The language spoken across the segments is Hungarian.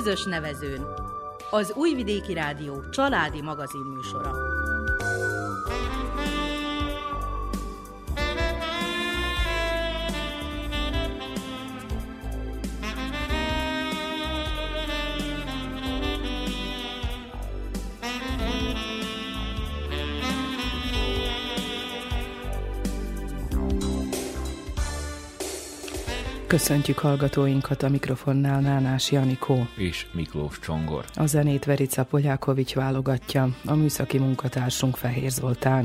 Közös nevezőn. Az Újvidéki Rádió családi magazinműsora. Köszöntjük hallgatóinkat, a mikrofonnál Nánás Janikó és Miklós Csongor. A zenét Verica Polyákovics válogatja, a műszaki munkatársunk Fehér Zoltán.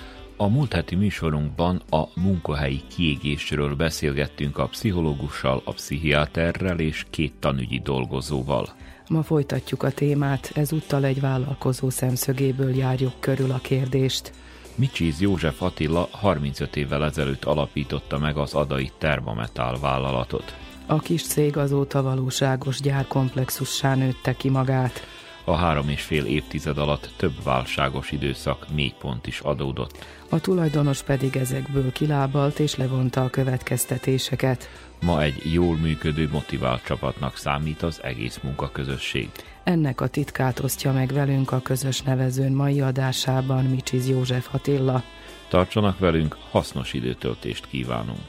A múlt heti műsorunkban a munkahelyi kiégésről beszélgettünk a pszichológussal, a pszichiáterrel és 2 tanügyi dolgozóval. Ma folytatjuk a témát, ezúttal egy vállalkozó szemszögéből járjuk körül a kérdést. Micsiz József Attila 35 évvel ezelőtt alapította meg az Adai Termometál vállalatot. A kis cég azóta valóságos gyárkomplexussá nőtte ki magát. A 3,5 évtized alatt több válságos időszak, mélypont is adódott. A tulajdonos pedig ezekből kilábalt és levonta a következtetéseket. Ma egy jól működő, motivált csapatnak számít az egész munkaközösség. Ennek a titkát osztja meg velünk a Közös nevezőn mai adásában Micsiz József Attila. Tartsanak velünk, hasznos időtöltést kívánunk!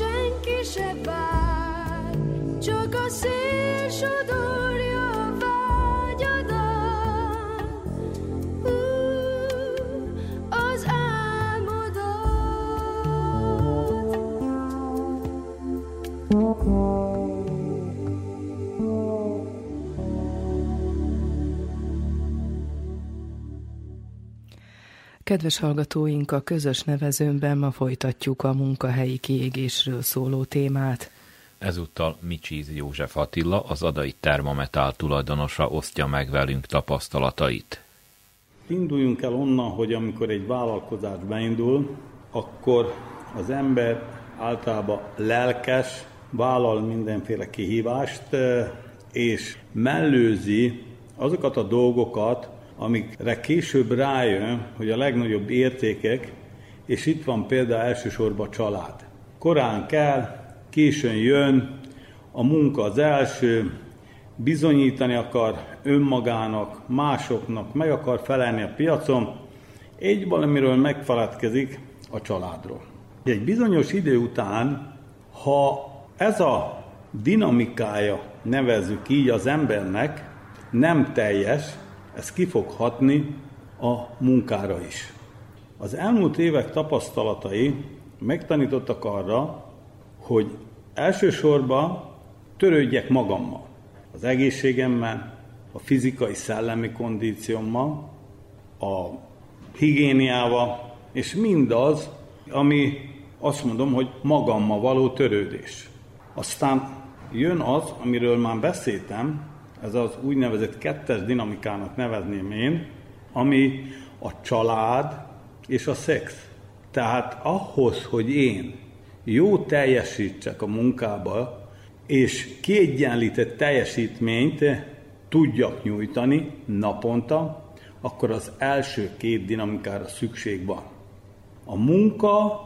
se vár, csak a szél sodorja vár. Kedves hallgatóink, a közös nevezőnben ma folytatjuk a munkahelyi kiégésről szóló témát. Ezúttal Micsiz József Attila, az Adai Termometál tulajdonosa osztja meg velünk tapasztalatait. Induljunk el onnan, hogy amikor egy vállalkozás beindul, akkor az ember általában lelkes, vállal mindenféle kihívást, és mellőzi azokat a dolgokat, amikre később rájön, hogy a legnagyobb értékek, és itt van például elsősorban a család. Korán kell, későn jön, a munka az első, bizonyítani akar önmagának, másoknak, meg akar felelni a piacon, egy valamiről megfeledkezik, a családról. Egy bizonyos idő után, ha ez a dinamikája, nevezzük így, az embernek nem teljes, ez ki fog hatni a munkára is. Az elmúlt évek tapasztalatai megtanítottak arra, hogy elsősorban törődjek magammal, az egészségemmel, a fizikai, szellemi kondíciómmal, a higiéniával, és mindaz, ami azt mondom, hogy magammal való törődés. Aztán jön az, amiről már beszéltem, ez az úgynevezett kettes dinamikának nevezném én, ami a család és a szex. Tehát ahhoz, hogy én jó teljesítsek a munkába, és kiegyenlített teljesítményt tudjak nyújtani naponta, akkor az első két dinamikára szükség van. A munka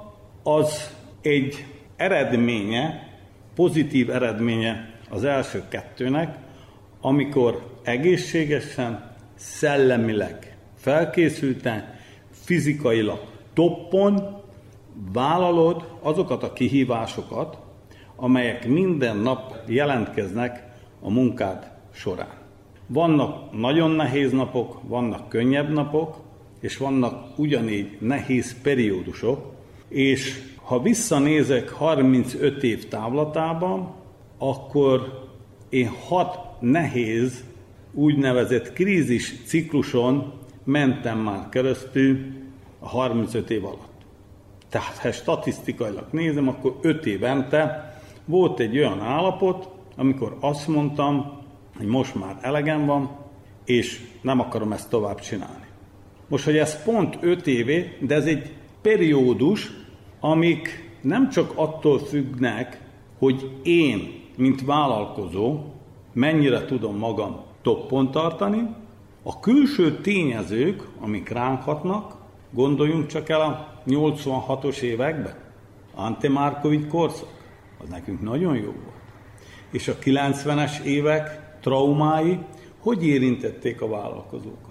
az egy eredménye, pozitív eredménye az első kettőnek, amikor egészségesen, szellemileg felkészülten, fizikailag toppon vállalod azokat a kihívásokat, amelyek minden nap jelentkeznek a munkád során. Vannak nagyon nehéz napok, vannak könnyebb napok, és vannak ugyanígy nehéz periódusok, és ha visszanézek 35 év távlatában, akkor én 6 nehéz, úgynevezett krízis cikluson mentem már keresztül a 35 év alatt. Tehát ha statisztikailag nézem, akkor 5 évente volt egy olyan állapot, amikor azt mondtam, hogy most már elegem van, és nem akarom ezt tovább csinálni. Most, hogy ez pont 5 évé, de ez egy periódus, amik nem csak attól függnek, hogy én, mint vállalkozó, mennyire tudom magam toppon tartani, a külső tényezők, amik ránk hatnak, gondoljunk csak el a 86-os években, Ante Markovics korszak, az nekünk nagyon jó volt. És a 90-es évek traumái hogy érintették a vállalkozókat.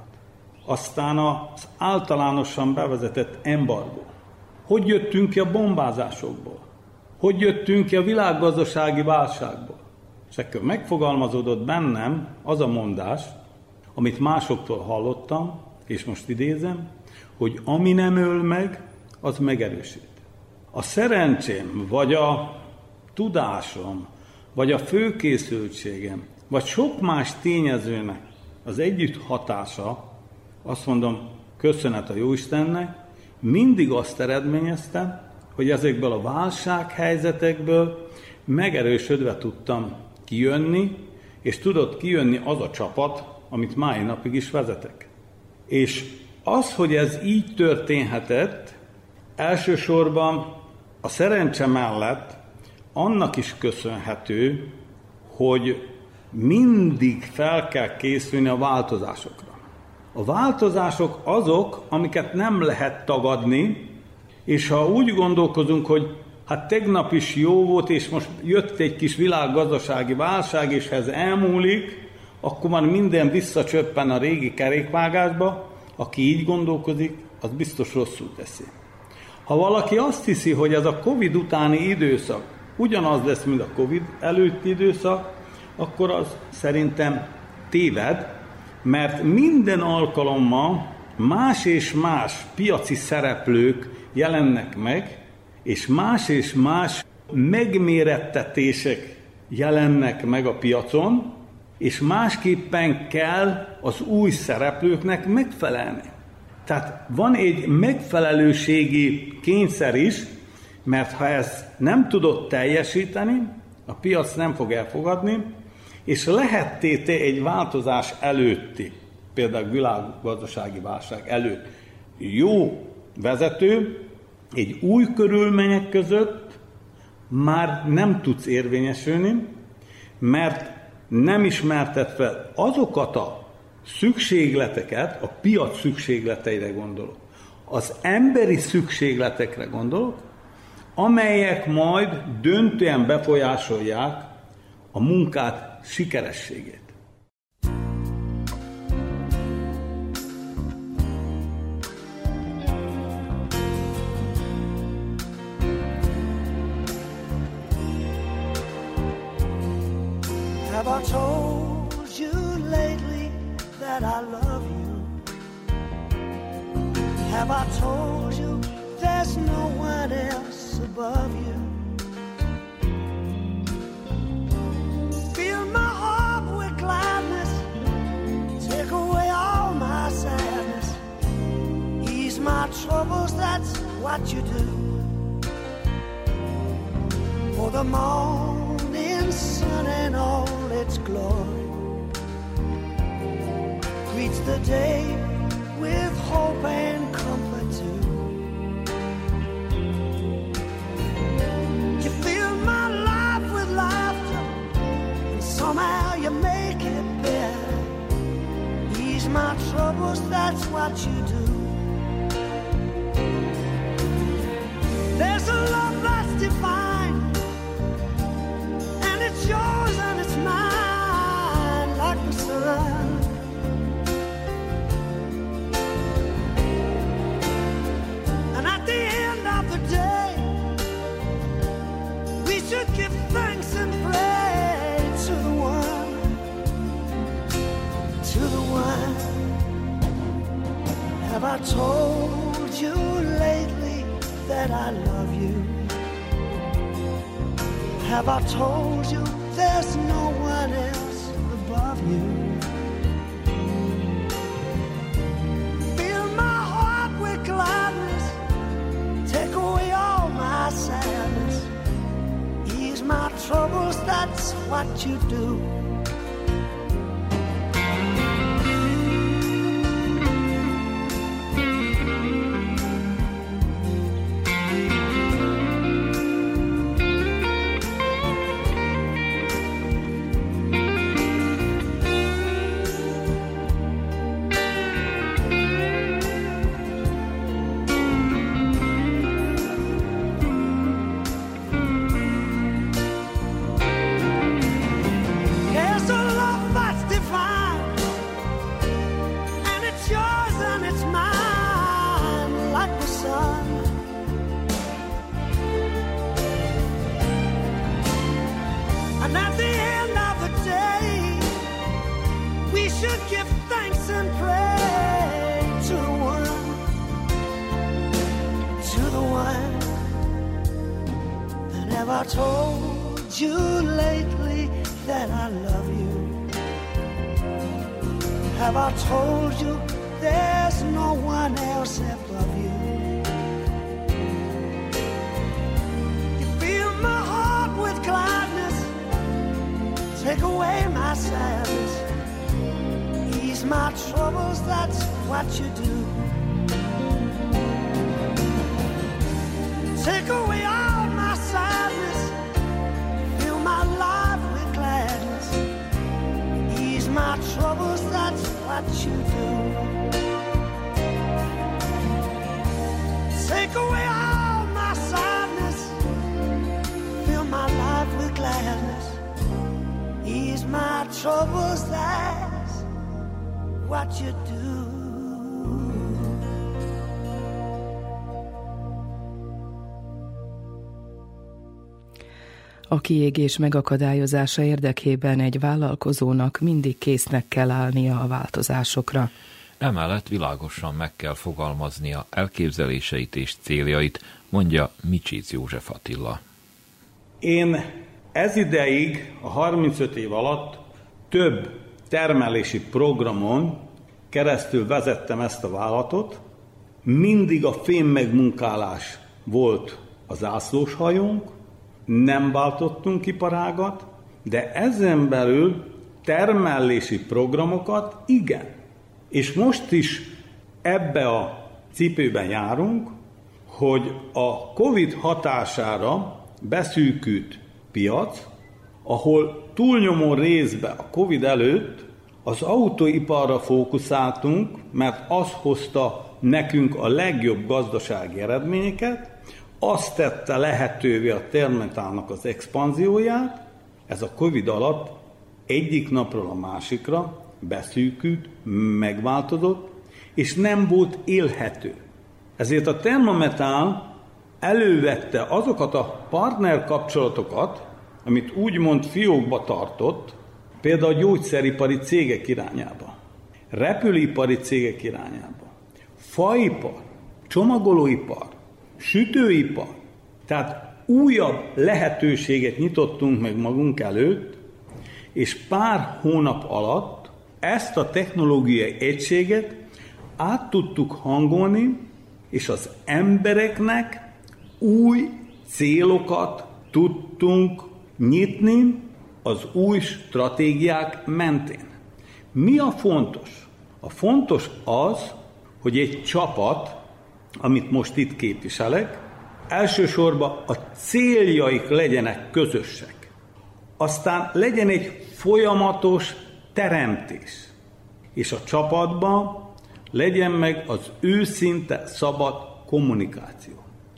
Aztán az általánosan bevezetett embargó. Hogy jöttünk ki a bombázásokból? Hogy jöttünk ki a világgazdasági válságból? És ekkor megfogalmazódott bennem az a mondás, amit másoktól hallottam, és most idézem, hogy ami nem öl meg, az megerősít. A szerencsém, vagy a tudásom, vagy a főkészültségem, vagy sok más tényezőnek az együtt hatása, azt mondom, köszönet a Jóistennek, mindig azt eredményezte, hogy ezekből a válsághelyzetekből megerősödve tudtam kijönni, és tudott kijönni az a csapat, amit mai napig is vezetek. És az, hogy ez így történhetett, elsősorban a szerencse mellett annak is köszönhető, hogy mindig fel kell készülni a változásokra. A változások azok, amiket nem lehet tagadni, és ha úgy gondolkozunk, hogy hát tegnap is jó volt, és most jött egy kis világgazdasági válság, és ha ez elmúlik, akkor már minden visszacsöppen a régi kerékvágásba, aki így gondolkozik, az biztos rosszul teszi. Ha valaki azt hiszi, hogy ez a Covid utáni időszak ugyanaz lesz, mint a Covid előtti időszak, akkor az szerintem téved, mert minden alkalommal más és más piaci szereplők jelennek meg, és más megmérettetések jelennek meg a piacon, és másképpen kell az új szereplőknek megfelelni. Tehát van egy megfelelőségi kényszer is, mert ha ezt nem tudod teljesíteni, a piac nem fog elfogadni, és lehetté te egy változás előtti, például világgazdasági válság előtt jó vezető, egy új körülmények között már nem tudsz érvényesülni, mert nem ismerted fel azokat a szükségleteket, a piac szükségleteire gondolok, az emberi szükségletekre gondolok, amelyek majd döntően befolyásolják a munkát sikerességét. Have I told you lately that I love you? Have I told you there's no one else above you? Fill my heart with gladness, take away all my sadness, ease my troubles, that's what you do. For the morning sun and all its glory greets the day with hope and comfort too. You fill my life with laughter, and somehow you make it better. Ease my troubles, that's what you do. There's a love that's divine, and it's yours and it's mine like the sun. And at the end of the day, we should give thanks and praise to the one, to the one. Have I told you lately that I love you? Have I told you there's no one else above you? Fill my heart with gladness, take away all my sadness, ease my troubles, that's what you do. Have I told you lately that I love you? Have I told you there's no one else above you? You fill my heart with gladness, take away my sadness, ease my troubles, that's what you do. Take away all my sadness, fill my life with gladness, ease my troubles, that's what you do. Take away all my sadness, fill my life with gladness, ease my troubles, that's what you do. A kiégés megakadályozása érdekében egy vállalkozónak mindig késznek kell állnia a változásokra. Emellett világosan meg kell fogalmaznia elképzeléseit és céljait, mondja Micsiz József Attila. Én ezideig, a 35 év alatt több termelési programon keresztül vezettem ezt a vállalatot, mindig a fémmegmunkálás volt a zászlóshajónk, nem váltottunk iparágat, de ezen belül termelési programokat igen. És most is ebbe a cipőben járunk, hogy a Covid hatására beszűkült piac, ahol túlnyomó részben a Covid előtt az autóiparra fókuszáltunk, mert az hozta nekünk a legjobb gazdasági eredményeket, azt tette lehetővé a termetálnak az expanzióját, ez a Covid alatt egyik napról a másikra beszűkült, megváltozott, és nem volt élhető. Ezért a Termometál elővette azokat a partner kapcsolatokat, amit úgymond fiókba tartott, például a gyógyszeripari cégek irányába, repülőipari cégek irányába, faipar, csomagolóipar, sütőipar. Tehát újabb lehetőséget nyitottunk meg magunk előtt, és pár hónap alatt ezt a technológiai egységet át tudtuk hangolni, és az embereknek új célokat tudtunk nyitni az új stratégiák mentén. Mi a fontos? A fontos az, hogy egy csapat, amit most itt képviselek, elsősorban a céljaik legyenek közösek. Aztán legyen egy folyamatos teremtés. És a csapatban legyen meg az őszinte, szabad kommunikáció.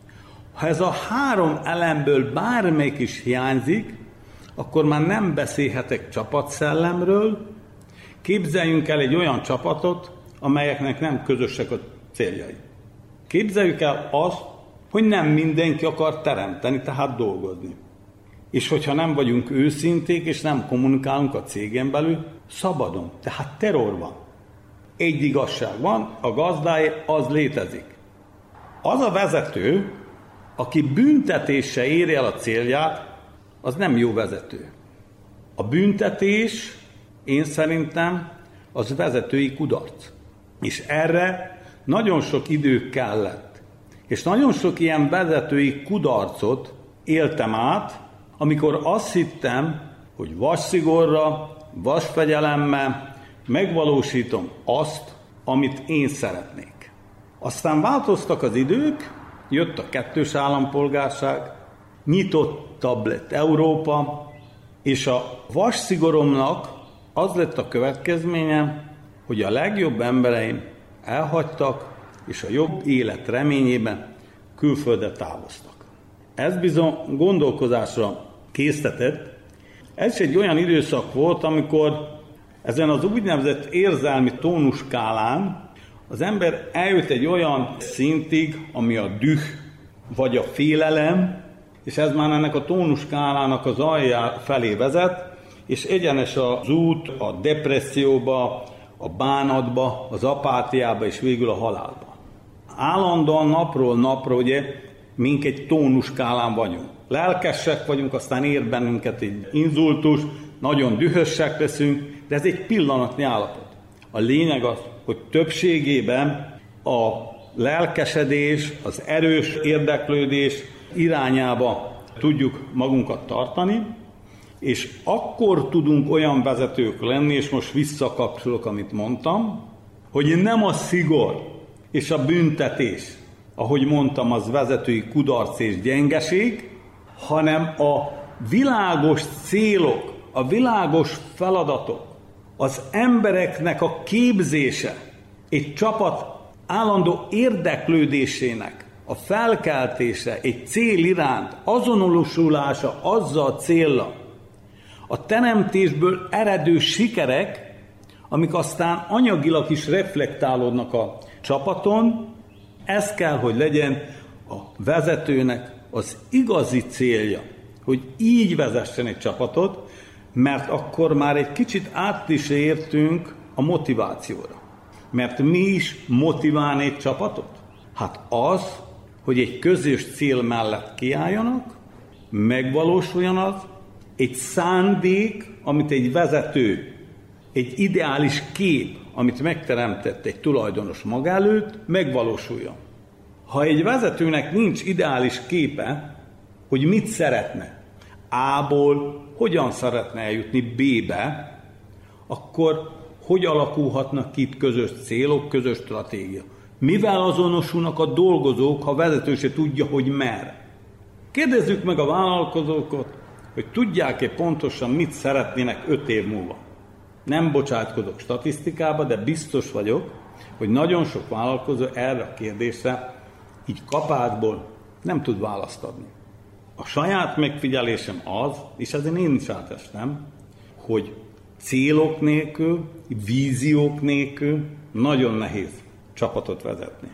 Ha ez a három elemből bármelyik is hiányzik, akkor már nem beszélhetek csapatszellemről. Képzeljünk el egy olyan csapatot, amelyeknek nem közösek a céljai. Képzeljük el azt, hogy nem mindenki akar teremteni, tehát dolgozni. És hogyha nem vagyunk őszinték, és nem kommunikálunk a cégen belül, szabadon, tehát terror van. Egy igazság van, a gazdáé az létezik. Az a vezető, aki büntetéssel éri el a célját, az nem jó vezető. A büntetés, én szerintem, az vezetői kudarc. És erre nagyon sok idő kellett. És nagyon sok ilyen vezetői kudarcot éltem át, amikor azt hittem, hogy vasszigorra, vasfegyelemmel megvalósítom azt, amit én szeretnék. Aztán változtak az idők, jött a kettős állampolgárság, nyitottabb lett Európa, és a vasszigoromnak az lett a következménye, hogy a legjobb embereim elhagytak, és a jobb élet reményében külföldre távoztak. Ez bizony gondolkozásra késztetett. Ez egy olyan időszak volt, amikor ezen az úgynevezett érzelmi tónuskálán az ember eljött egy olyan szintig, ami a düh vagy a félelem, és ez már ennek a tónuskálának az aljá felé vezet, és egyenes az út a depresszióba, a bánatba, az apátiába, és végül a halálba. Állandóan napról napra, ugye, mink egy tónuskálán vagyunk. Lelkesek vagyunk, aztán ér bennünket egy inzultus, nagyon dühösek leszünk, de ez egy pillanatnyi állapot. A lényeg az, hogy többségében a lelkesedés, az erős érdeklődés irányába tudjuk magunkat tartani, és akkor tudunk olyan vezetők lenni, és most visszakapcsolok, amit mondtam, hogy nem a szigor és a büntetés, ahogy mondtam, az vezetői kudarc és gyengeség, hanem a világos célok, a világos feladatok, az embereknek a képzése, egy csapat állandó érdeklődésének a felkeltése, egy cél iránt, azonosulása azzal a céllal, a teremtésből eredő sikerek, amik aztán anyagilag is reflektálódnak a csapaton, ez kell, hogy legyen a vezetőnek az igazi célja, hogy így vezessen egy csapatot, mert akkor már egy kicsit át is értünk a motivációra. Mert mi is motivál egy csapatot? Hát az, hogy egy közös cél mellett kiálljanak, megvalósuljon az, egy szándék, amit egy vezető egy ideális kép, amit megteremtett egy tulajdonos maga előtt, megvalósuljon. Ha egy vezetőnek nincs ideális képe, hogy mit szeretne, A-ból hogyan szeretne eljutni B-be, akkor hogy alakulhatnak ki itt közös célok, közös stratégia? Mivel azonosulnak a dolgozók, ha a vezető se tudja, hogy merre? Kérdezzük meg a vállalkozókat, hogy tudják-e pontosan, mit szeretnének 5 év múlva. Nem bocsátkozok statisztikába, de biztos vagyok, hogy nagyon sok vállalkozó erre a kérdésre így kapásból nem tud választ adni. A saját megfigyelésem az, és ezért én is átestem, hogy célok nélkül, víziók nélkül nagyon nehéz csapatot vezetni.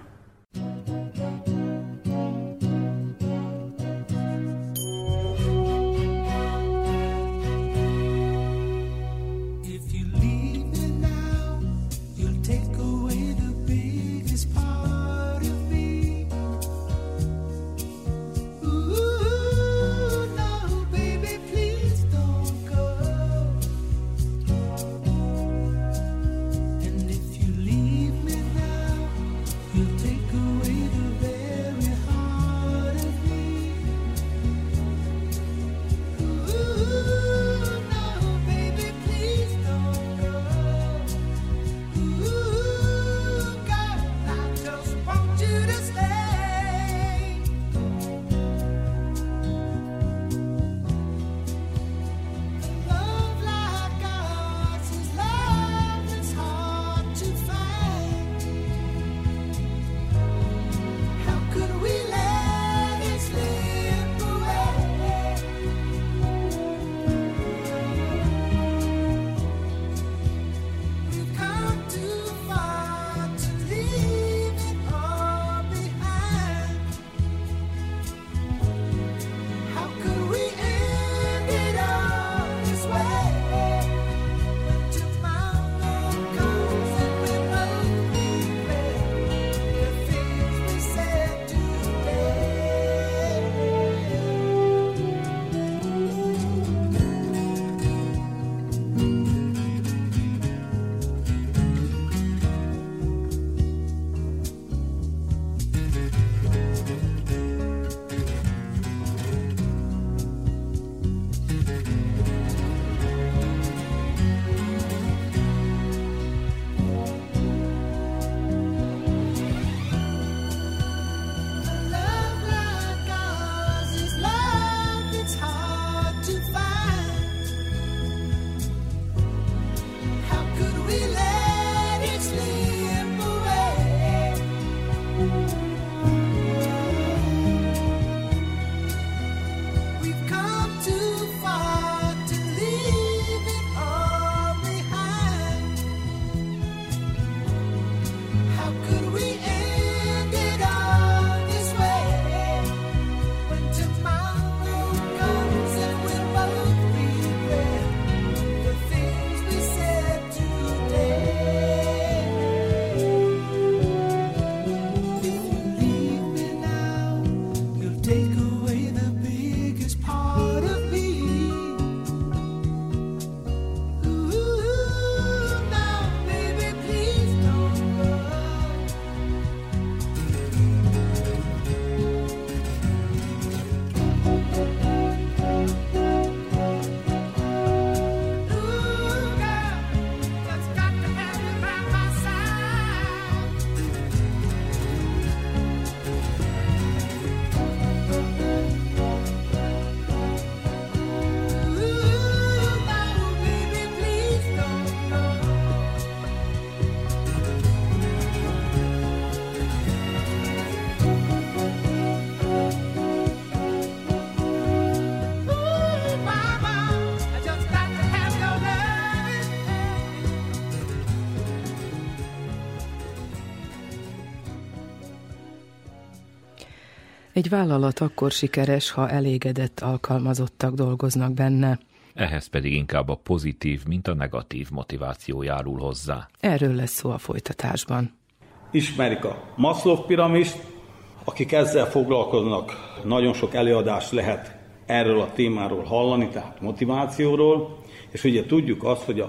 Egy vállalat akkor sikeres, ha elégedett alkalmazottak dolgoznak benne. Ehhez pedig inkább a pozitív, mint a negatív motiváció járul hozzá. Erről lesz szó a folytatásban. Ismerik a Maslow piramist, akik ezzel foglalkoznak, nagyon sok előadást lehet erről a témáról hallani, tehát motivációról, és ugye tudjuk azt, hogy a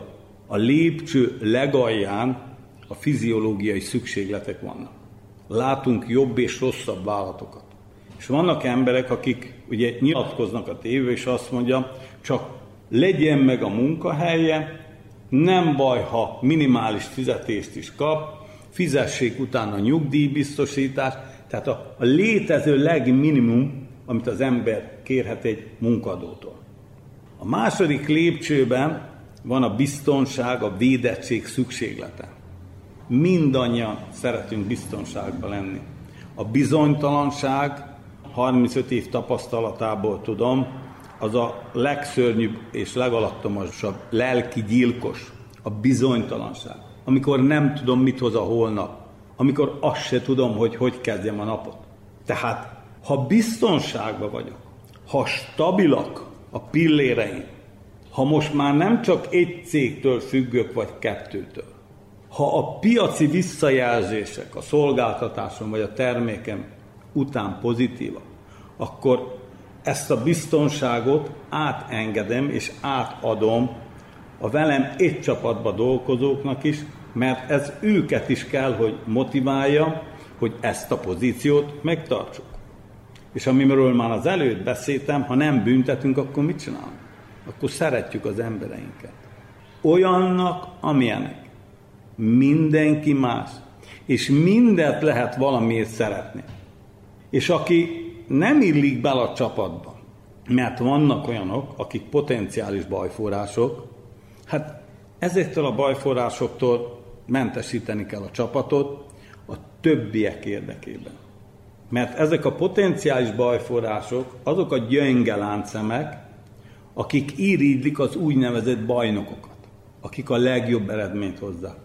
a lépcső legalján a fiziológiai szükségletek vannak. Látunk jobb és rosszabb vállalatokat. És vannak emberek, akik ugye nyilatkoznak a tévében, és azt mondja, csak legyen meg a munkahelye, nem baj, ha minimális fizetést is kap, fizessék utána nyugdíjbiztosítást, tehát a létező legminimum, amit az ember kérhet egy munkadótól. A második lépcsőben van a biztonság, a védettség szükséglete. Mindannyian szeretünk biztonságban lenni. A bizonytalanság, 35 év tapasztalatából tudom, az a legszörnyűbb és legalattomosabb lelki gyilkos, a bizonytalanság. Amikor nem tudom, mit hoz a holnap, amikor azt se tudom, hogy kezdjem a napot. Tehát, ha biztonságban vagyok, ha stabilak a pilléreim, ha most már nem csak egy cégtől függök, vagy kettőtől, ha a piaci visszajelzések a szolgáltatásom vagy a termékem után pozitívak, akkor ezt a biztonságot átengedem és átadom a velem egy csapatba dolgozóknak is, mert ez őket is kell, hogy motiválja, hogy ezt a pozíciót megtartsuk. És amiről már az előtt beszéltem, ha nem büntetünk, akkor mit csinálunk? Akkor szeretjük az embereinket. Olyannak, amilyenek. Mindenki más. És mindent lehet valamiért szeretni. És aki nem illik bele a csapatba, mert vannak olyanok, akik potenciális bajforrások, hát ezektől a bajforrásoktól mentesíteni kell a csapatot a többiek érdekében. Mert ezek a potenciális bajforrások azok a gyönge láncszemek, akik irigylik az úgynevezett bajnokokat, akik a legjobb eredményt hozzák.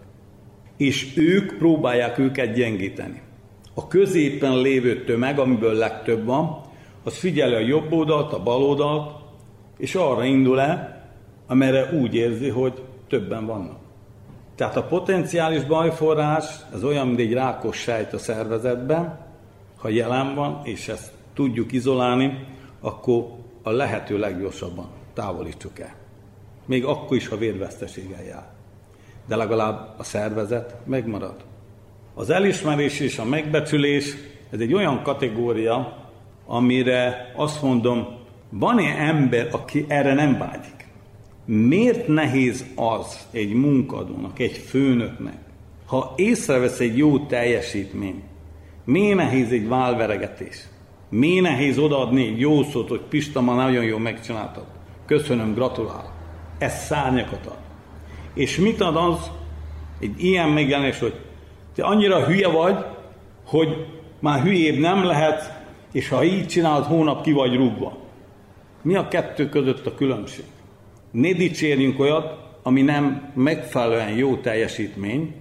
És ők próbálják őket gyengíteni. A középen lévő tömeg, amiből legtöbb van, az figyeli a jobb oldalt, a bal oldalt, és arra indul el, amerre úgy érzi, hogy többen vannak. Tehát a potenciális bajforrás, ez olyan, mint egy rákos sejt a szervezetben, ha jelen van, és ezt tudjuk izolálni, akkor a lehető leggyorsabban távolítsuk el. Még akkor is, ha vérveszteséggel jár. De legalább a szervezet megmarad. Az elismerés és a megbecsülés, ez egy olyan kategória, amire azt mondom, van-e ember, aki erre nem vágyik? Miért nehéz az egy munkadónak, egy főnöknek, ha észrevesz egy jó teljesítményt? Miért nehéz egy válveregetés? Miért nehéz odaadni egy jó szót, hogy Pista, ma nagyon jól megcsináltad? Köszönöm, gratulálok. Ez szárnyakat ad. És mit ad az egy ilyen megjelenés, hogy te annyira hülye vagy, hogy már hülyébb nem lehet, és ha így csinálod, hónap ki vagy rúgva. Mi a kettő között a különbség? Ne dicsérjünk olyat, ami nem megfelelően jó teljesítmény,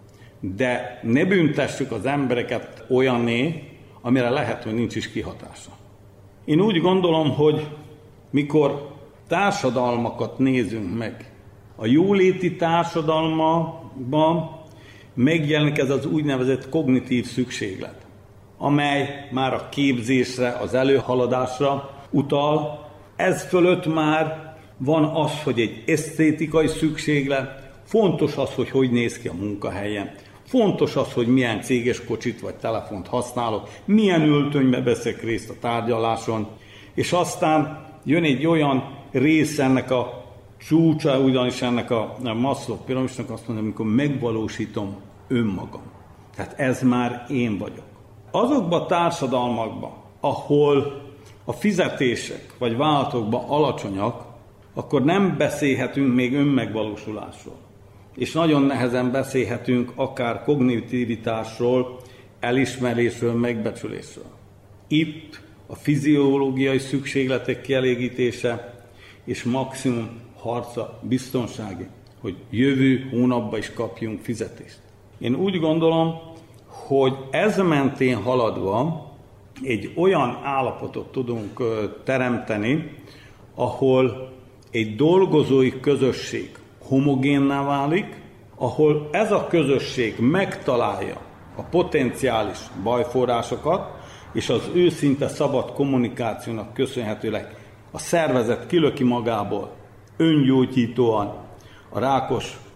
de ne büntessük az embereket olyanné, amire lehet, hogy nincs is kihatása. Én úgy gondolom, hogy mikor társadalmakat nézünk meg, a jóléti társadalmakban megjelenik ez az úgynevezett kognitív szükséglet, amely már a képzésre, az előhaladásra utal. Ez fölött már van az, hogy egy esztétikai szükséglet, fontos az, hogy néz ki a munkahelyen, fontos az, hogy milyen céges kocsit vagy telefont használok, milyen öltönybe veszek részt a tárgyaláson, és aztán jön egy olyan rész ennek a csúcsa, ugyanis ennek a Maslow piramisnak azt mondja, amikor megvalósítom önmagam. Tehát ez már én vagyok. Azokban a társadalmakban, ahol a fizetések vagy vállalatokban alacsonyak, akkor nem beszélhetünk még önmegvalósulásról. És nagyon nehezen beszélhetünk akár kognitivitásról, elismerésről, megbecsülésről. Itt a fiziológiai szükségletek kielégítése és maximum harca biztonsági, hogy jövő hónapban is kapjunk fizetést. Én úgy gondolom, hogy ez mentén haladva egy olyan állapotot tudunk teremteni, ahol egy dolgozói közösség homogénná válik, ahol ez a közösség megtalálja a potenciális bajforrásokat, és az őszinte szabad kommunikációnak köszönhetőleg a szervezet kilöki magából öngyógyítóan a rákos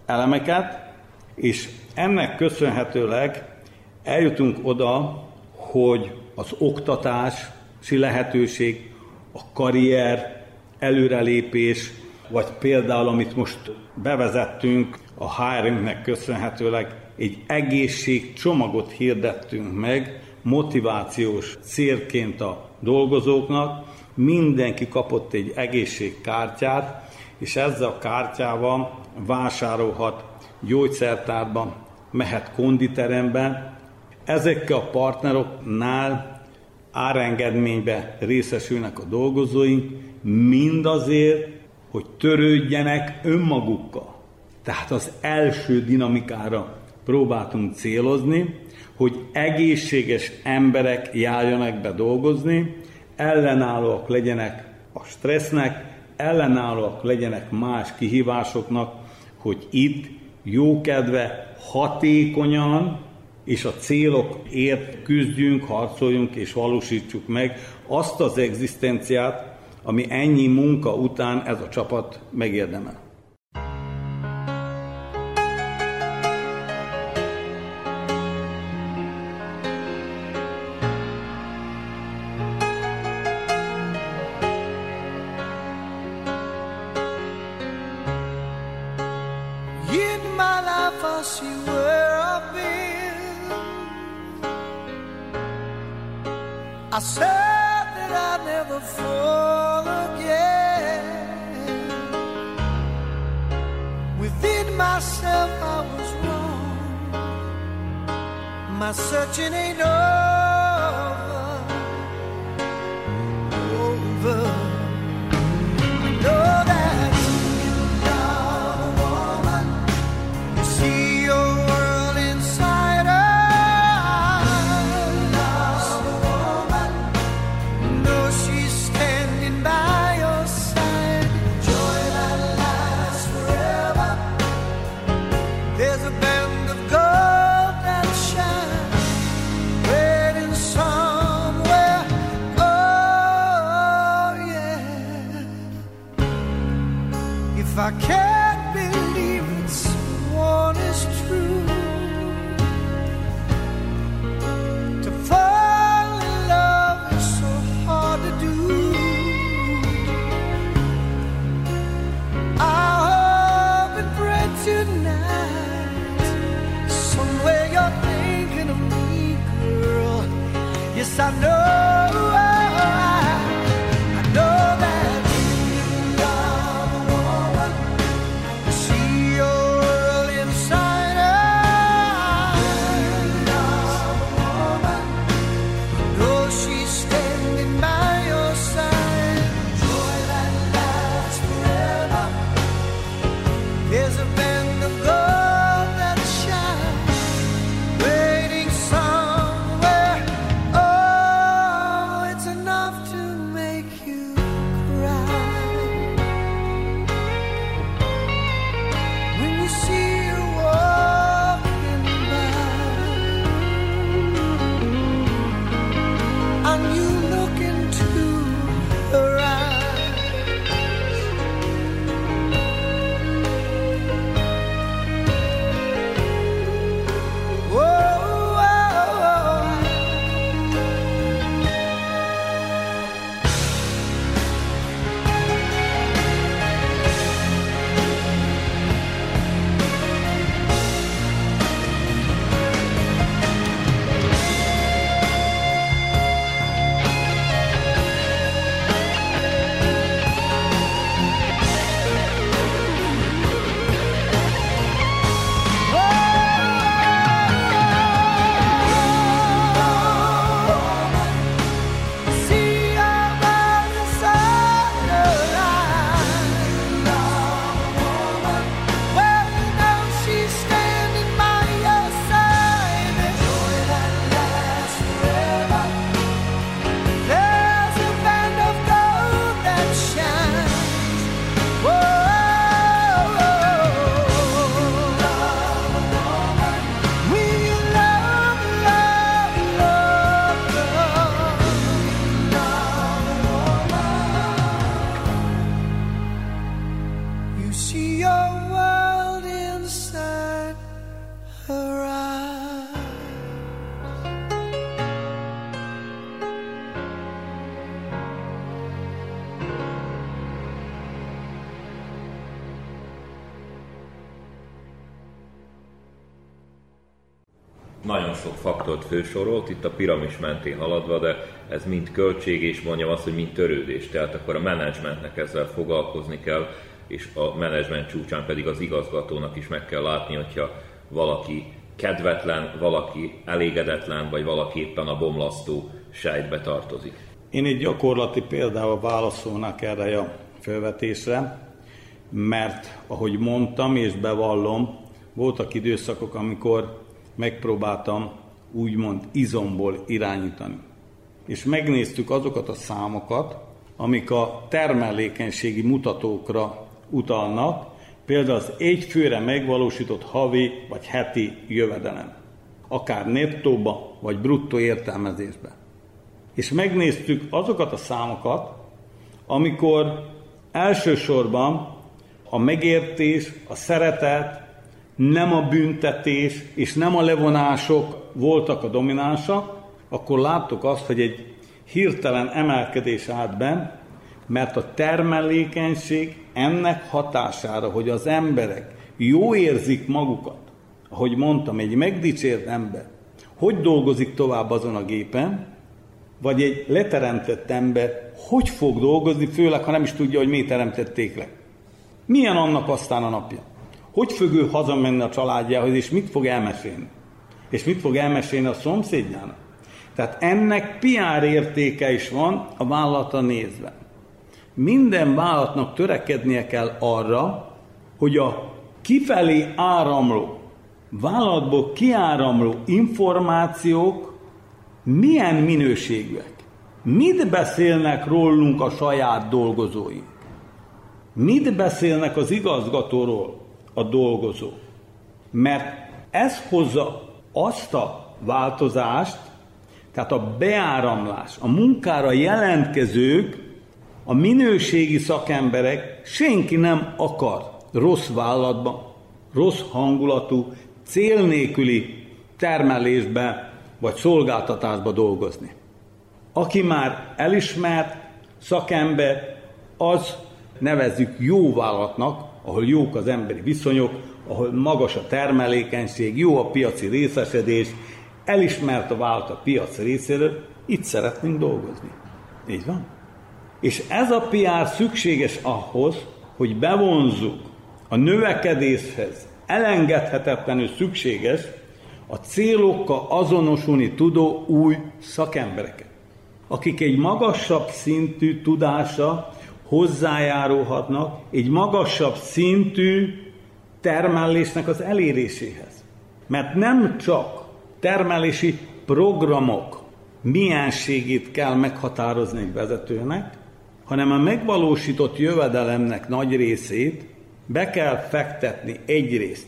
elemeket, és ennek köszönhetőleg eljutunk oda, hogy az oktatási lehetőség, a karrier, előrelépés, vagy például, amit most bevezettünk, a HR-ünknek köszönhetőleg egy egészségcsomagot hirdettünk meg, motivációs célként a dolgozóknak, mindenki kapott egy egészségkártyát, és ezzel a kártyával vásárolhat gyógyszertárban, mehet konditeremben. Ezekkel a partneroknál árengedménybe részesülnek a dolgozóink, mindazért, hogy törődjenek önmagukkal. Tehát az első dinamikára próbáltunk célozni, hogy egészséges emberek járjanak be dolgozni, ellenállóak legyenek a stressznek, ellenállóak legyenek más kihívásoknak, hogy itt jókedve, hatékonyan és a célokért küzdjünk, harcoljunk és valósítsuk meg azt az egzisztenciát, ami ennyi munka után ez a csapat megérdemel. I said that I'd never fall again. Within myself I was wrong. My searching ain't over. I know that you're not a woman. You see your world inside her. I can't believe it's one is true. To fall in love is so hard to do. I hope and pray tonight somewhere you're thinking of me, girl. Yes, I know. Nagyon sok faktort fősorolt, itt a piramis mentén haladva, de ez mind költség, és mondjam azt, hogy mind törődés. Tehát akkor a menedzsmentnek ezzel foglalkozni kell, és a menedzsment csúcsán pedig az igazgatónak is meg kell látni, hogyha valaki kedvetlen, valaki elégedetlen, vagy valaki éppen a bomlasztó sejtbe tartozik. Én egy gyakorlati példával válaszolnak erre a felvetésre, mert ahogy mondtam és bevallom, voltak időszakok, amikor megpróbáltam úgymond izomból irányítani. És megnéztük azokat a számokat, amik a termelékenységi mutatókra utalnak, például az egy főre megvalósított havi vagy heti jövedelem, akár nettóba vagy bruttó értelmezésben. És megnéztük azokat a számokat, amikor elsősorban a megértés, a szeretet, nem a büntetés és nem a levonások voltak a dominánsak, akkor láttuk azt, hogy egy hirtelen emelkedés állt be, mert a termelékenység ennek hatására, hogy az emberek jó érzik magukat, ahogy mondtam, egy megdicsért ember, hogy dolgozik tovább azon a gépen, vagy egy leteremtett ember, hogy fog dolgozni, főleg, ha nem is tudja, hogy miért teremtették le. Milyen annak aztán a napja? Hogy fog ő hazamenni a családjához, és mit fog elmesélni? És mit fog elmesélni a szomszédjának? Tehát ennek PR értéke is van a vállalatra nézve. Minden vállalatnak törekednie kell arra, hogy a kifelé áramló, vállalatból kiáramló információk milyen minőségűek. Mit beszélnek rólunk a saját dolgozóink? Mit beszélnek az igazgatóról a dolgozó? Mert ez hozza azt a változást, tehát a beáramlás, a munkára jelentkezők, a minőségi szakemberek, senki nem akar rossz vállalatban, rossz hangulatú, cél nélküli termelésbe vagy szolgáltatásba dolgozni. Aki már elismert szakember, az nevezzük jó vállalatnak, ahol jók az emberi viszonyok, ahol magas a termelékenység, jó a piaci részesedés, elismert a vállalat a piac részéről, itt szeretnénk dolgozni. Így van? És ez a PR szükséges ahhoz, hogy bevonzzuk a növekedéshez elengedhetetlenül szükséges a célokkal azonosulni tudó új szakembereket, akik egy magasabb szintű tudásra hozzájárulhatnak egy magasabb szintű termelésnek az eléréséhez. Mert nem csak termelési programok mienségét kell meghatározni egy vezetőnek, hanem a megvalósított jövedelemnek nagy részét be kell fektetni egyrészt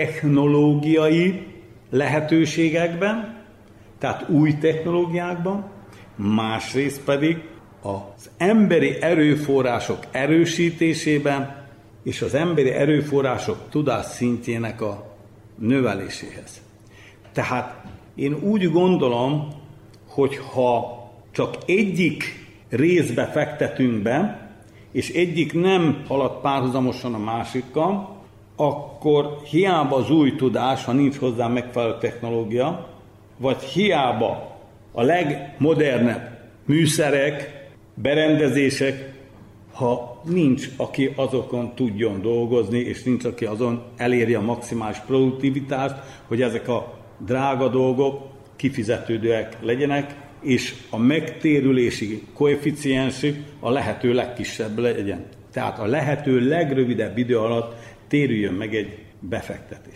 technológiai lehetőségekben, tehát új technológiákban, másrészt pedig az emberi erőforrások erősítésében és az emberi erőforrások tudásszintjének a növeléséhez. Tehát én úgy gondolom, hogy ha csak egyik részbe fektetünk be, és egyik nem halad párhuzamosan a másikkal, akkor hiába az új tudás, ha nincs hozzá megfelelő technológia, vagy hiába a legmodernebb műszerek, berendezések, ha nincs, aki azokon tudjon dolgozni, és nincs, aki azon elérje a maximális produktivitást, hogy ezek a drága dolgok kifizetődőek legyenek, és a megtérülési koeficiensük a lehető legkisebb legyen. Tehát a lehető legrövidebb idő alatt térüljön meg egy befektetés.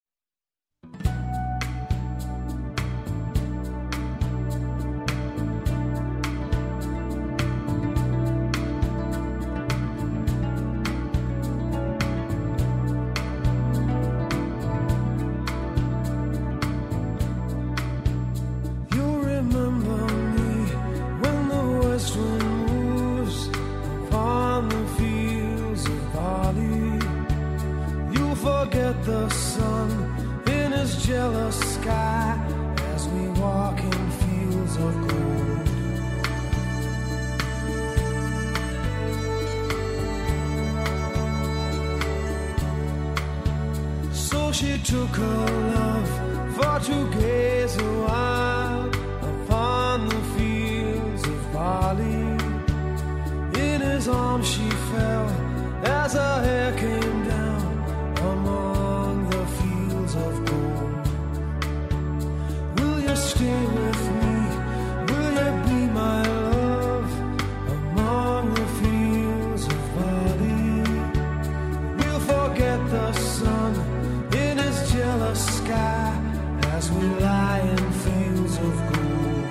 The sun in his jealous sky as we walk in fields of gold. So she took her love for to gaze a while upon the fields of barley. In his arms she fell as her hair came down among the fields of gold. Will you stay with me? Will you be my love among the fields of barley? We'll forget the sun in his jealous sky as we lie in fields of gold.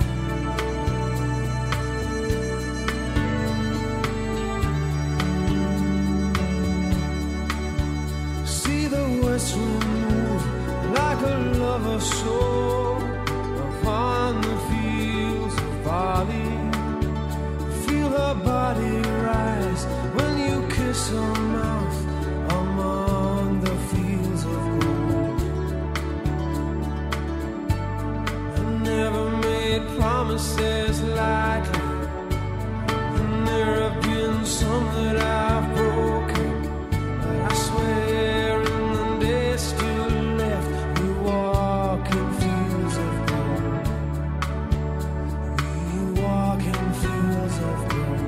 See the west wind move like a lover's soul upon the fields of barley. Feel her body rise when you kiss her mouth among the fields of gold. I never made promises lightly, and there have been some that I've broken, but I swear in the days still left we walk in fields of gold. We walk in fields of gold.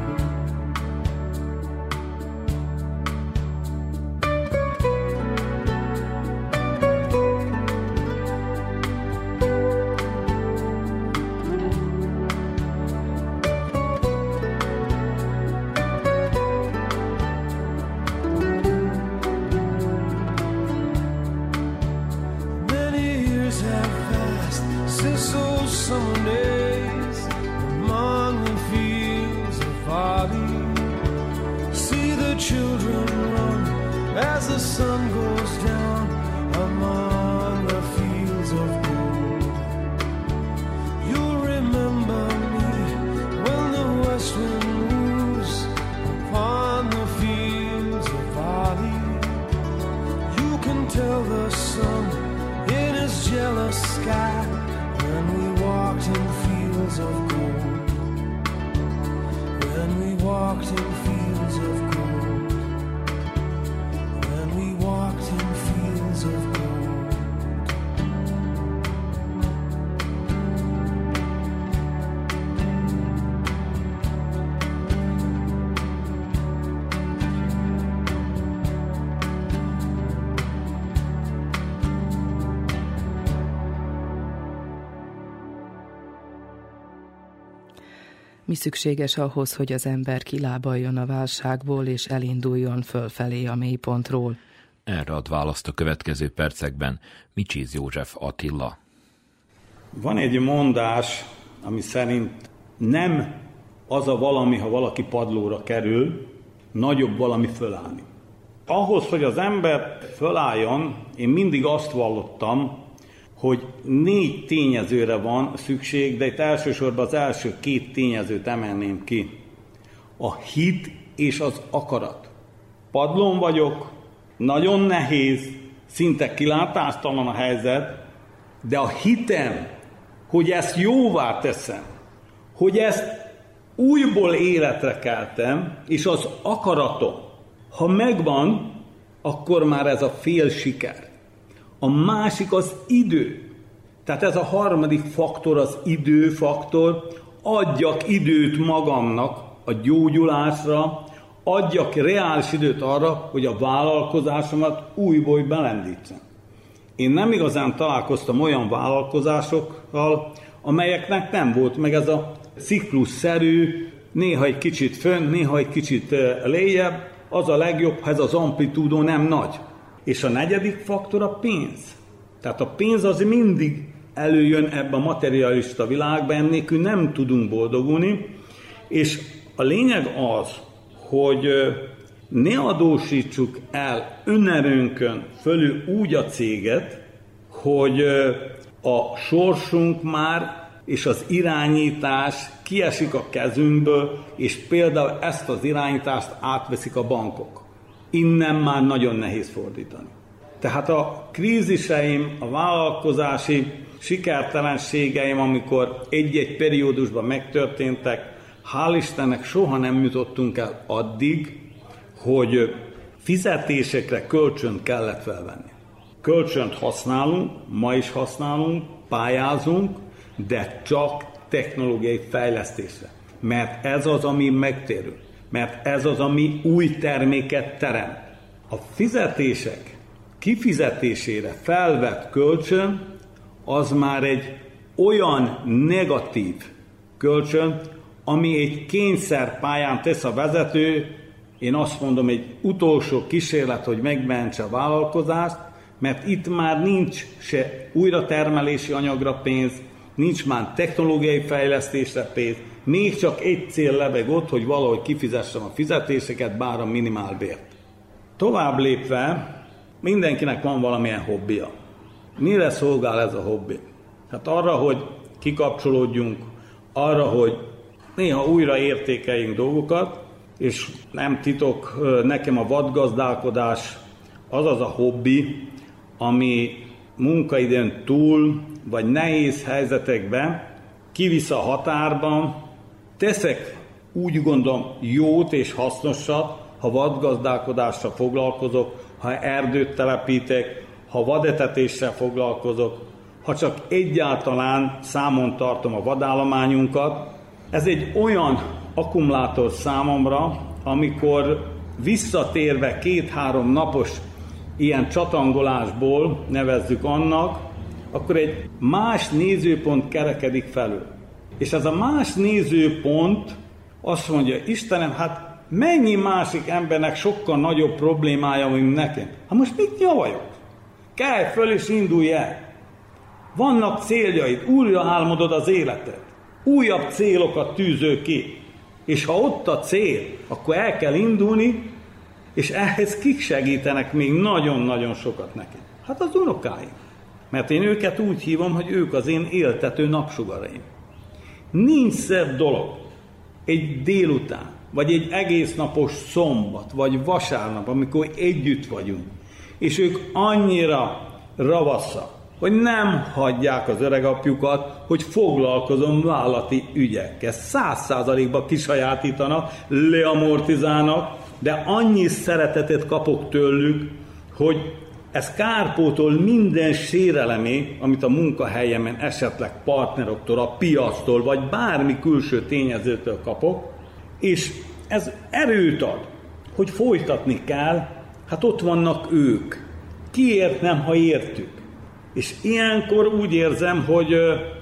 Many years have passed since those summer days among the fields of barley. See the children run as the sun goes down among the fields of gold. You'll remember me when the west wind moves upon the fields of barley. You can tell the sun in his jealous sky when we walked in fields of gold. When we walked in fields of gold. When we walked in fields of gold. Mi szükséges ahhoz, hogy az ember kilábaljon a válságból és elinduljon fölfelé a mélypontról? Erre ad választ a következő percekben Micsiz József Attila. Van egy mondás, ami szerint nem az a valami, ha valaki padlóra kerül, nagyobb valami fölállni. Ahhoz, hogy az ember fölálljon, én mindig azt vallottam, hogy 4 tényezőre van szükség, de itt elsősorban az első 2 tényezőt emelném ki. A hit és az akarat. Padlón vagyok, nagyon nehéz, szinte kilátástalan a helyzet, de a hitem, hogy ezt jóvá teszem, hogy ezt újból életre keltem, és az akaratom, ha megvan, akkor már ez a fél siker. A másik az idő. Tehát ez a harmadik faktor, az időfaktor. Adjak időt magamnak a gyógyulásra, adjak reális időt arra, hogy a vállalkozásomat újból belendítsem. Én nem igazán találkoztam olyan vállalkozásokkal, amelyeknek nem volt meg ez a ciklusszerű, néha egy kicsit fönn, néha egy kicsit lejjebb, az a legjobb, ha ez az amplitúdó nem nagy. És a negyedik faktor a pénz. Tehát a pénz az mindig előjön ebbe a materialista világban, ennélkül nem tudunk boldogulni, és a lényeg az, hogy ne adósítsuk el önerőnkön fölül úgy a céget, hogy a sorsunk már és az irányítás kiesik a kezünkből, és például ezt az irányítást átveszik a bankok. Innen már nagyon nehéz fordítani. Tehát a kríziseim, a vállalkozási sikertelenségeim, amikor egy-egy periódusban megtörténtek, hál' Istennek soha nem jutottunk el addig, hogy fizetésekre kölcsönt kellett felvenni. Kölcsönt használunk, ma is használunk, pályázunk, de csak technológiai fejlesztésre. Mert ez az, ami megtérül. Mert ez az, ami új terméket teremt. A fizetések kifizetésére felvett kölcsön az már egy olyan negatív kölcsön, ami egy kényszerpályán tesz a vezető, én azt mondom, egy utolsó kísérlet, hogy megmentse a vállalkozást, mert itt már nincs se újratermelési anyagra pénz, nincs már technológiai fejlesztésre pénz, még csak egy cél lebeg ott, hogy valahogy kifizessem a fizetéseket, bár a minimálbért. Tovább lépve, mindenkinek van valamilyen hobbija. Mire szolgál ez a hobbi? Hát arra, hogy kikapcsolódjunk, arra, hogy néha újra értékeljünk dolgokat, és nem titok, nekem a vadgazdálkodás az a hobbi, ami munkaidőn túl, vagy nehéz helyzetekben kivisz a határban, teszek úgy gondolom jót és hasznosat, ha vadgazdálkodással foglalkozok, ha erdőt telepítek, ha vadetetéssel foglalkozok, ha csak egyáltalán számon tartom a vadállományunkat. Ez egy olyan akkumulátor számomra, amikor visszatérve 2-3 napos ilyen csatangolásból, nevezzük annak, akkor egy más nézőpont kerekedik felül. És ez a más nézőpont azt mondja, Istenem, hát mennyi másik embernek sokkal nagyobb problémája, mint nekem. Hát most mit nyavajok? Kelj föl és indulj el. Vannak céljaid, újra álmodod az életed. Újabb célokat tűzöl ki. És ha ott a cél, akkor el kell indulni, és ehhez kik segítenek még nagyon-nagyon sokat neki? Hát az unokáim. Mert én őket úgy hívom, hogy ők az én éltető napsugaraim. Nincs szebb dolog egy délután, vagy egy egész napos szombat, vagy vasárnap, amikor együtt vagyunk, és ők annyira ravaszak, hogy nem hagyják az öregapjukat, hogy foglalkozom vállalati ügyekkel. 100%-ban kisajátítanak, leamortizálnak, de annyi szeretetet kapok tőlük, hogy ez kárpótol minden sérelemé, amit a munkahelyemen esetleg partneroktól, a piactól, vagy bármi külső tényezőtől kapok, és ez erőt ad, hogy folytatni kell, hát ott vannak ők. Kiért nem, ha értük. És ilyenkor úgy érzem, hogy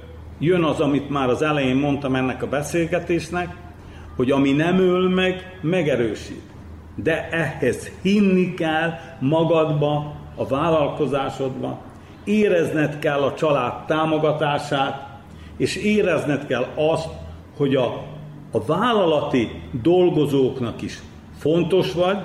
jön az, amit már az elején mondtam ennek a beszélgetésnek, hogy ami nem öl meg, megerősít. De ehhez hinni kell magadba, a vállalkozásodba, érezned kell a család támogatását, és érezned kell azt, hogy a vállalati dolgozóknak is fontos vagy,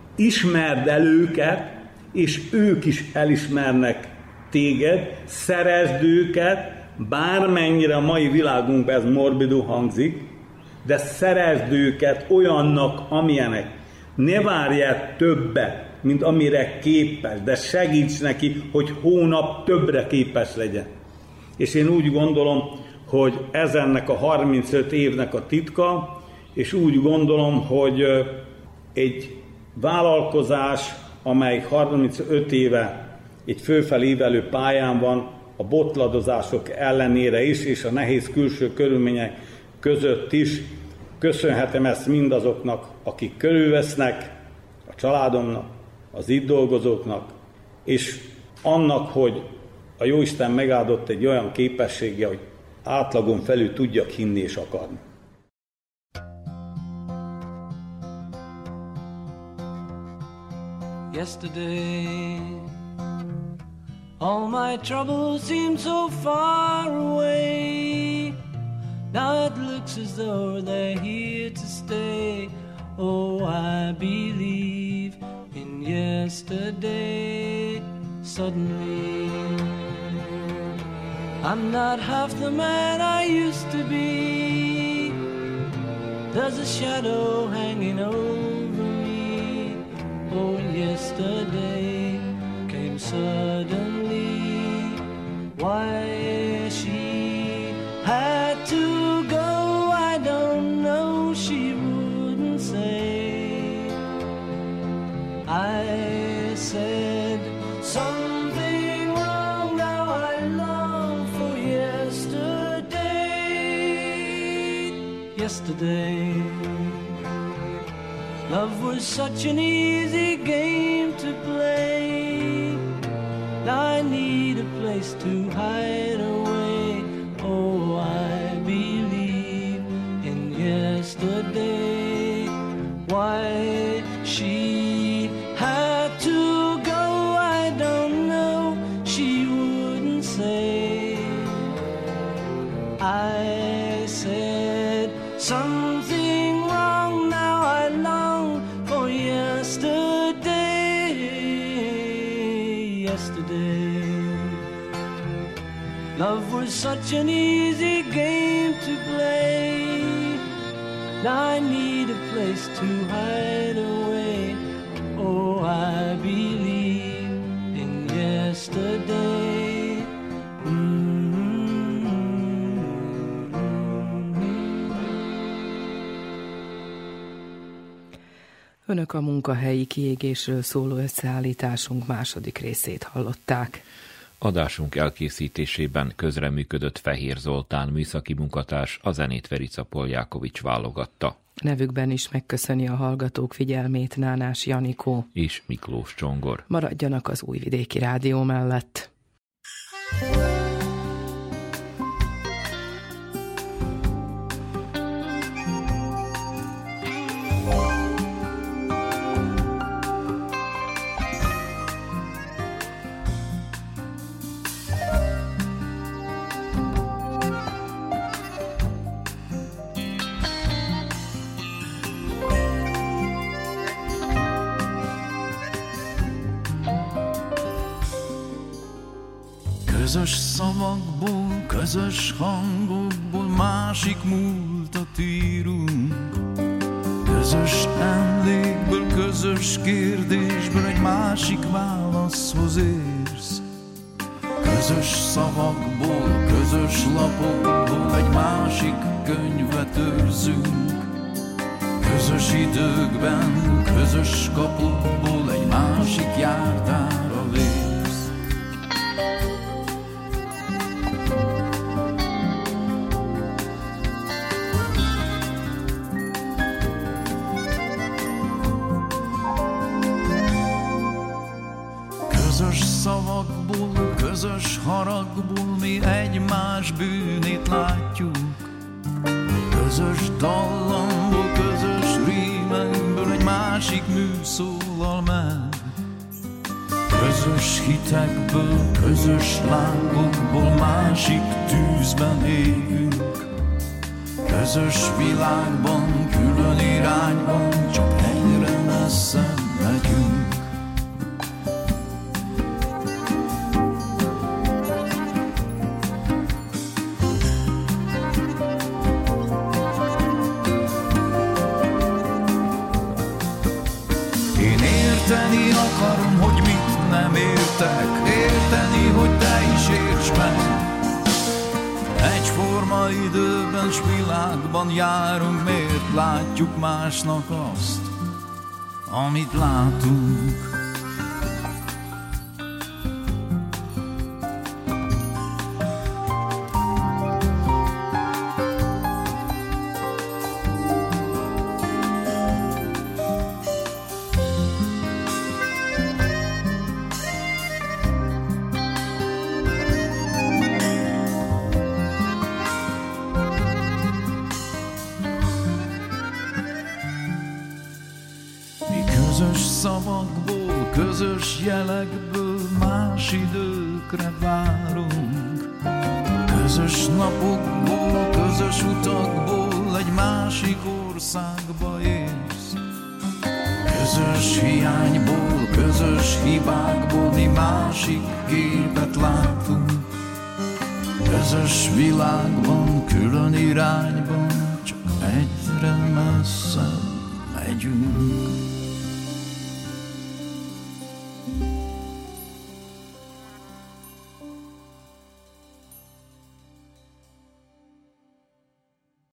ismerd el őket, és ők is elismernek téged, szeresd őket, bármennyire a mai világunkban ez morbidul hangzik, de szeresd őket olyannak, amilyenek. Ne várjál többet, mint amire képes, de segíts neki, hogy hónap többre képes legyen. És én úgy gondolom, hogy ez ennek a 35 évnek a titka, és úgy gondolom, hogy egy vállalkozás, amely 35 éve egy fölfelívelő pályán van, a botladozások ellenére is, és a nehéz külső körülmények között is, köszönhetem ezt mindazoknak, akik körülvesznek, a családomnak, az itt dolgozóknak, és annak, hogy a Jóisten megáldott egy olyan képessége, hogy átlagon felül tudjak hinni és akarni. Yesterday, all my troubles seem so far away. Now it looks as though they're here to stay. Oh, I believe in yesterday. Suddenly, I'm not half the man I used to be. There's a shadow hanging over me. Oh, yesterday came suddenly. Why she had to go, I don't know, she wouldn't say. I said something yesterday. Love was such an easy game to play. I need a place to hide away. Oh, I believe in yesterday. Why she had to go, I don't know. She wouldn't say. I said something wrong. Now I long for yesterday. Yesterday. Love was such an easy game to play. Now I need a place to hide away. Oh, I believe in yesterday. Önök a munkahelyi kiégésről szóló összeállításunk második részét hallották. Adásunk elkészítésében közreműködött Fehér Zoltán műszaki munkatárs, a zenét Verica Poljákovics válogatta. Nevükben is megköszöni a hallgatók figyelmét Nánás Janikó és Miklós Csongor. Maradjanak az Újvidéki Rádió mellett. Közös szavakból, közös hangokból másik múltat írunk. Közös emlékből, közös kérdésből egy másik válaszhoz érsz. Közös szavakból, közös lapokból egy másik könyvet őrzünk. Közös időkben, közös kapukból egy másik jártára lépsz. Közös szavakból, közös haragból mi egymás bűnét látjuk. Közös dallamból, közös rímekből egy másik mű szólal meg. Közös hitekből, közös lángokból másik tűzben égünk. Közös világban, külön irányban csak egyre messzebb megyünk. Érteni akarom, hogy mit nem értek, érteni, hogy te is érts meg. Egyforma időben s világban járunk, miért látjuk másnak azt, amit látunk. Közös szavakból, közös jelekből más időkre várunk. Közös napokból, közös utakból egy másik országba érsz. Közös hiányból, közös hibákból mi másik képet látunk. Közös világban, külön irányban csak egyre messzebb megyünk.